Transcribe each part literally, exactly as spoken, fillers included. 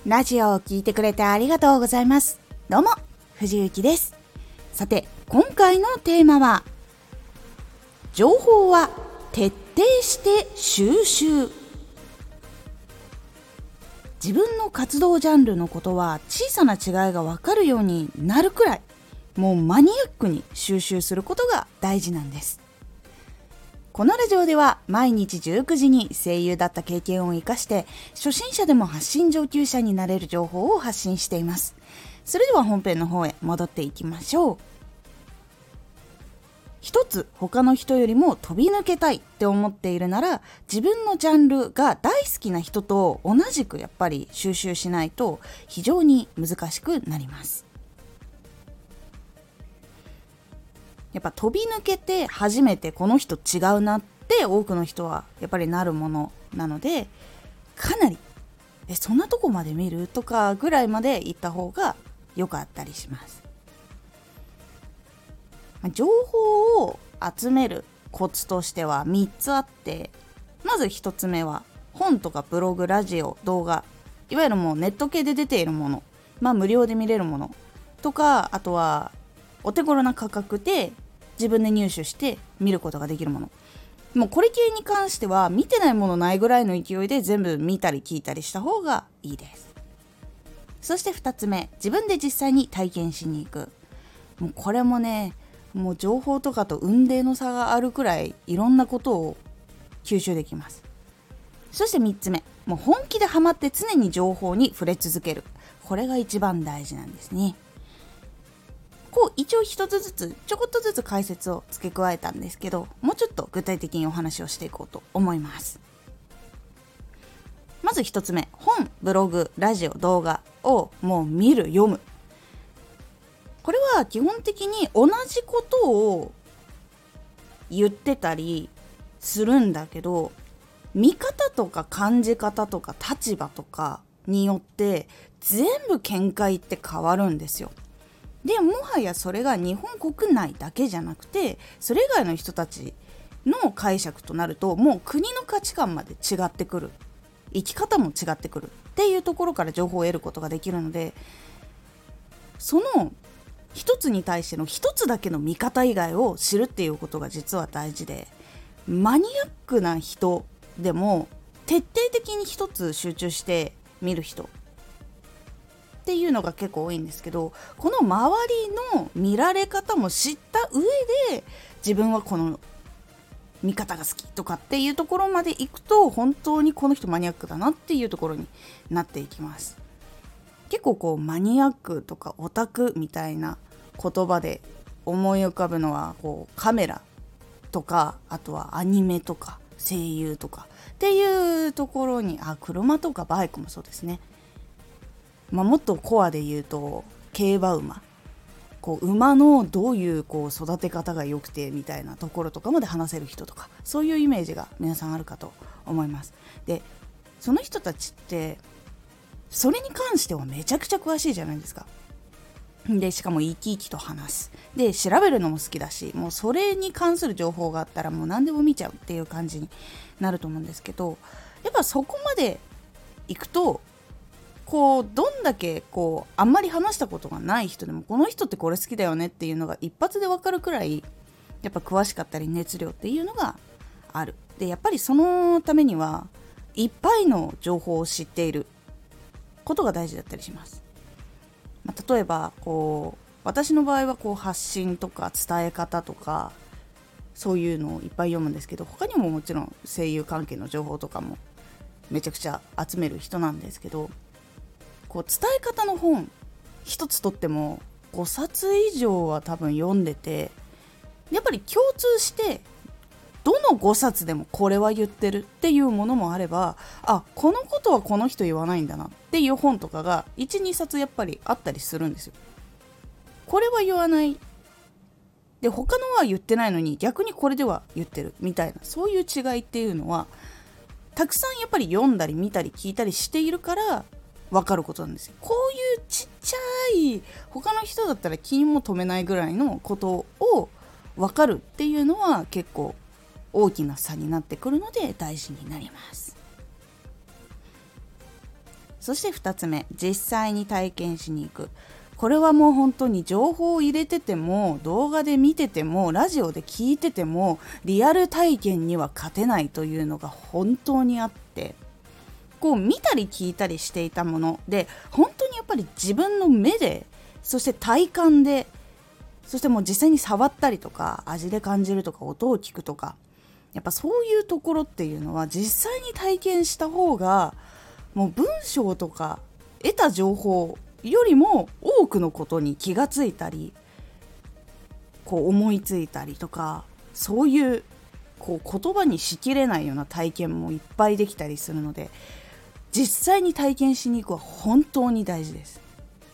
ラジオを聞いてくれてありがとうございます。どうも藤幸です。さて今回のテーマは、情報は徹底して収集。自分の活動ジャンルのことは小さな違いが分かるようになるくらい、もうマニアックに収集することが大事なんです。このラジオでは毎日じゅうくじに声優だった経験を生かして初心者でも発信上級者になれる情報を発信しています。それでは本編の方へ戻っていきましょう。一つ他の人よりも飛び抜けたいって思っているなら、自分のジャンルが大好きな人と同じくやっぱり収集しないと非常に難しくなります。やっぱ飛び抜けて初めてこの人違うなって多くの人はやっぱりなるものなので、かなりえそんなとこまで見るとかぐらいまで行った方がよかったりします。情報を集めるコツとしてはみっつあって、まずひとつめは本とかブログ、ラジオ、動画、いわゆるもうネット系で出ているもの、まあ無料で見れるものとか、あとはお手頃な価格で自分で入手して見ることができるもの。もうこれ系に関しては見てないものないぐらいの勢いで全部見たり聞いたりした方がいいです。そしてふたつめ、自分で実際に体験しに行く。もうこれもね、もう情報とかと雲泥の差があるくらいいろんなことを吸収できます。そしてみっつめ、もう本気でハマって常に情報に触れ続ける。これが一番大事なんですね。こう一応一つずつちょこっとずつ解説を付け加えたんですけど、もうちょっと具体的にお話をしていこうと思います。まず一つ目、本、ブログ、ラジオ、動画をもう見る、読む。これは基本的に同じことを言ってたりするんだけど、見方とか感じ方とか立場とかによって全部見解って変わるんですよ。でもはやそれが日本国内だけじゃなくて、それ以外の人たちの解釈となると、もう国の価値観まで違ってくる、生き方も違ってくるっていうところから情報を得ることができるので、その一つに対しての一つだけの見方以外を知るっていうことが実は大事で、マニアックな人でも徹底的に一つ集中して見る人っていうのが結構多いんですけど、この周りの見られ方も知った上で自分はこの見方が好きとかっていうところまで行くと、本当にこの人マニアックだなっていうところになっていきます。結構こうマニアックとかオタクみたいな言葉で思い浮かぶのは、こうカメラとか、あとはアニメとか声優とかっていうところに、あ、車とかバイクもそうですね。まあ、もっとコアで言うと競馬馬、こう馬のどういうこう育て方が良くてみたいなところとかまで話せる人とか、そういうイメージが皆さんあるかと思います。で、その人たちってそれに関してはめちゃくちゃ詳しいじゃないですか。でしかも生き生きと話す。で調べるのも好きだし、もうそれに関する情報があったらもう何でも見ちゃうっていう感じになると思うんですけど、やっぱそこまで行くと、こうどんだけこうあんまり話したことがない人でも、この人ってこれ好きだよねっていうのが一発で分かるくらいやっぱ詳しかったり熱量っていうのがある。でやっぱりそのためにはいっぱいの情報を知っていることが大事だったりします。まあ、例えばこう私の場合はこう発信とか伝え方とかそういうのをいっぱい読むんですけど、他にももちろん声優関係の情報とかもめちゃくちゃ集める人なんですけど、こう伝え方の本一つとってもごさつ以上は多分読んでて、やっぱり共通してどのごさつでもこれは言ってるっていうものもあれば、あ、このことはこの人言わないんだなっていう本とかが いち,に 冊やっぱりあったりするんですよ。これは言わないで他のは言ってないのに逆にこれでは言ってるみたいな、そういう違いっていうのはたくさんやっぱり読んだり見たり聞いたりしているから分かることなんですよ。こういうちっちゃい他の人だったら気にも留めないぐらいのことを分かるっていうのは結構大きな差になってくるので大事になります。 そしてふたつめ、実際に体験しに行く。これはもう本当に情報を入れてても、動画で見てても、ラジオで聞いてても、リアル体験には勝てないというのが本当にあって、こう見たり聞いたりしていたもので、本当にやっぱり自分の目で、そして体感で、そしてもう実際に触ったりとか、味で感じるとか、音を聞くとか、やっぱそういうところっていうのは実際に体験した方が、もう文章とか得た情報よりも多くのことに気がついたり、こう思いついたりとか、そういうこう言葉にしきれないような体験もいっぱいできたりするので、実際に体験しに行くは本当に大事です。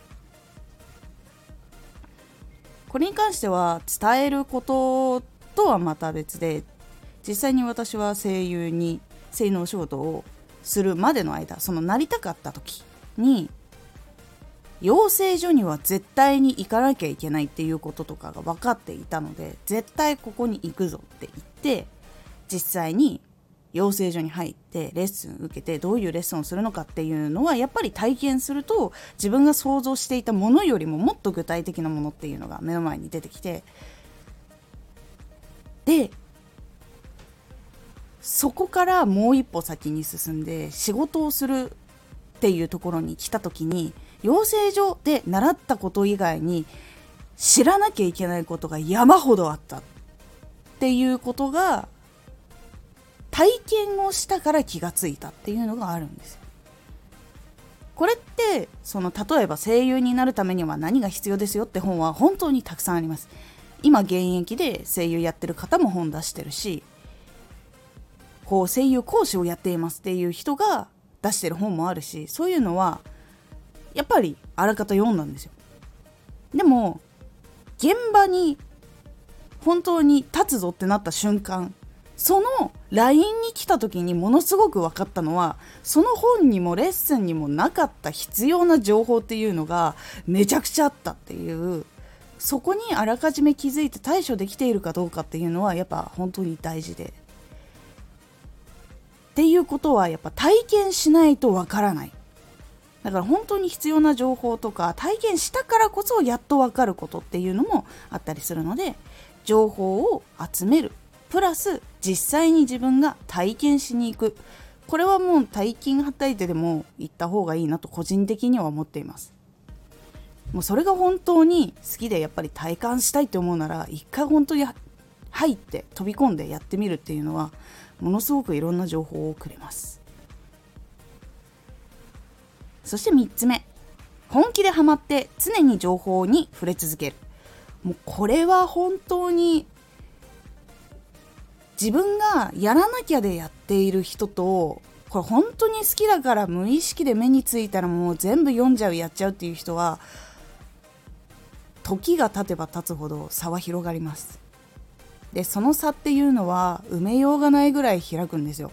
これに関しては伝えることとはまた別で、実際に私は声優に声優のお仕事をするまでの間、そのなりたかった時に養成所には絶対に行かなきゃいけないっていうこととかが分かっていたので、絶対ここに行くぞって言って実際に養成所に入ってレッスン受けて、どういうレッスンをするのかっていうのはやっぱり体験すると、自分が想像していたものよりももっと具体的なものっていうのが目の前に出てきて、でそこからもう一歩先に進んで仕事をするっていうところに来た時に、養成所で習ったこと以外に知らなきゃいけないことが山ほどあったっていうことが、体験をしたから気がついたっていうのがあるんですよ。これってその例えば声優になるためには何が必要ですよって本は本当にたくさんあります。今現役で声優やってる方も本出してるし、こう声優講師をやっていますっていう人が出してる本もあるし、そういうのはやっぱりあらかた読んだんですよ。でも現場に本当に立つぞってなった瞬間、その ライン に来た時にものすごく分かったのは、その本にもレッスンにもなかった必要な情報っていうのがめちゃくちゃあったっていう、そこにあらかじめ気づいて対処できているかどうかっていうのはやっぱ本当に大事で、っていうことはやっぱ体験しないとわからない。だから本当に必要な情報とか体験したからこそやっとわかることっていうのもあったりするので、情報を集めるプラス実際に自分が体験しに行く、これはもう大金はたいてでも行った方がいいなと個人的には思っています。もうそれが本当に好きでやっぱり体感したいって思うなら、一回本当に入って飛び込んでやってみるっていうのはものすごくいろんな情報をくれます。そしてみっつめ、本気でハマって常に情報に触れ続ける。もうこれは本当に自分がやらなきゃでやっている人と、これ本当に好きだから無意識で目についたらもう全部読んじゃうやっちゃうっていう人は、時が経てば経つほど差は広がります。でその差っていうのは埋めようがないぐらい開くんですよ。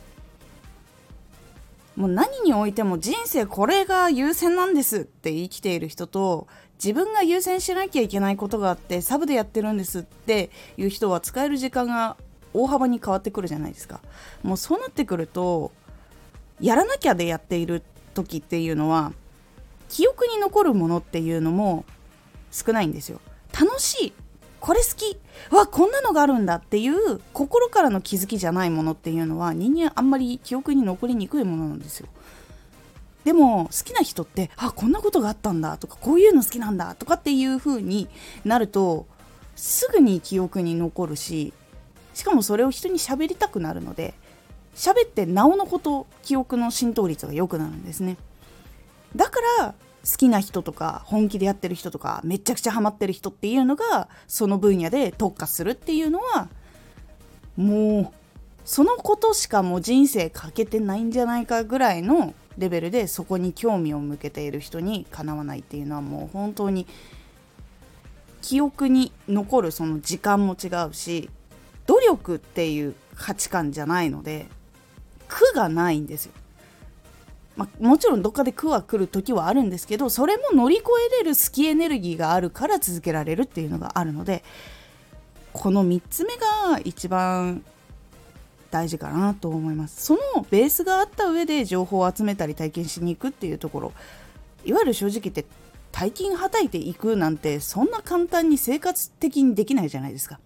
もう何においても人生これが優先なんですって生きている人と、自分が優先しなきゃいけないことがあってサブでやってるんですっていう人は使える時間が大幅に変わってくるじゃないですか。もうそうなってくると、やらなきゃでやっている時っていうのは記憶に残るものっていうのも少ないんですよ。楽しい、これ好き、わこんなのがあるんだっていう心からの気づきじゃないものっていうのは人間あんまり記憶に残りにくいものなんですよ。でも好きな人ってあこんなことがあったんだとか、こういうの好きなんだとかっていう風になるとすぐに記憶に残るし、しかもそれを人に喋りたくなるので、喋ってなおのこと記憶の浸透率が良くなるんですね。だから好きな人とか本気でやってる人とかめちゃくちゃハマってる人っていうのがその分野で特化するっていうのは、もうそのことしかもう人生かけてないんじゃないかぐらいのレベルでそこに興味を向けている人にかなわないっていうのは、もう本当に記憶に残るその時間も違うし、努力っていう価値観じゃないので苦がないんですよ。まあ、もちろんどっかで苦は来る時はあるんですけど、それも乗り越えれる好きエネルギーがあるから続けられるっていうのがあるので、このみっつめが一番大事かなと思います。そのベースがあった上で情報を集めたり体験しに行くっていうところ、いわゆる正直言って大金はたいていくなんてそんな簡単に生活的にできないじゃないですか。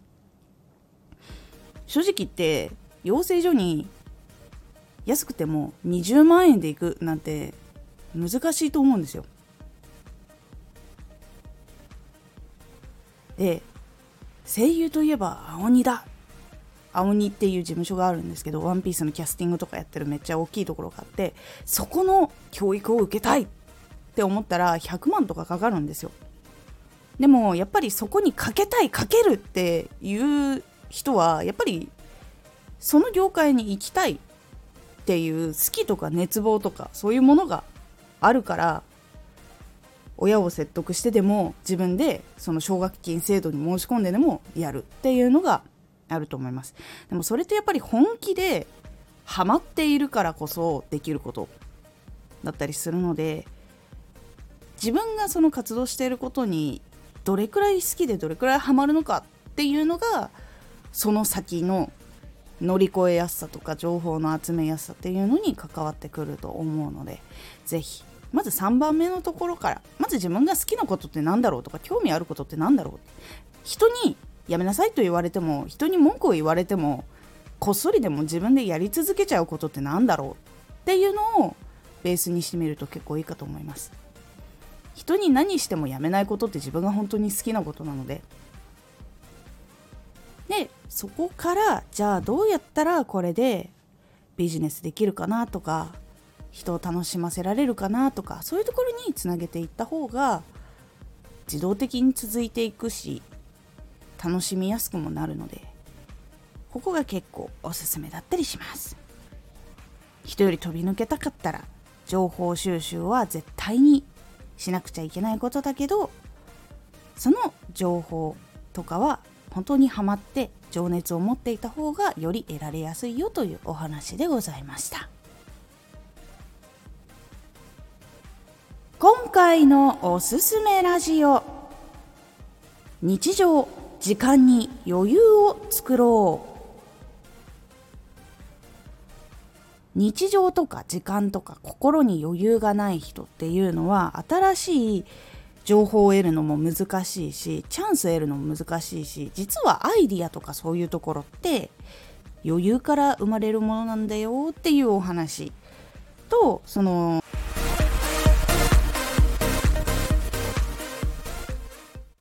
正直言って養成所に安くてもにじゅうまんえんで行くなんて難しいと思うんですよ。で、声優といえば青鬼だ、青鬼っていう事務所があるんですけど、ワンピースのキャスティングとかやってるめっちゃ大きいところがあって、そこの教育を受けたいって思ったらひゃくまんとかかかるんですよ。でもやっぱりそこにかけたい、かけるっていう人はやっぱりその業界に行きたいっていう好きとか熱望とかそういうものがあるから、親を説得してでも自分でその奨学金制度に申し込んででもやるっていうのがあると思います。でもそれってやっぱり本気でハマっているからこそできることだったりするので、自分がその活動していることにどれくらい好きでどれくらいハマるのかっていうのがその先の乗り越えやすさとか情報の集めやすさっていうのに関わってくると思うので、ぜひまずさんばんめのところから、まず自分が好きなことってなんだろうとか興味あることってなんだろう、人にやめなさいと言われても、人に文句を言われてもこっそりでも自分でやり続けちゃうことってなんだろうっていうのをベースにしてみると結構いいかと思います。人に何してもやめないことって自分が本当に好きなことなので、でそこからじゃあどうやったらこれでビジネスできるかなとか、人を楽しませられるかなとか、そういうところにつなげていった方が自動的に続いていくし楽しみやすくもなるので、ここが結構おすすめだったりします。人より飛び抜けたかったら情報収集は絶対にしなくちゃいけないことだけど、その情報とかは本当にハマって情熱を持っていた方がより得られやすいよというお話でございました。今回のおすすめラジオ、日常時間に余裕を作ろう。日常とか時間とか心に余裕がない人っていうのは新しい情報を得るのも難しいし、チャンスを得るのも難しいし、実はアイディアとかそういうところって余裕から生まれるものなんだよっていうお話と、その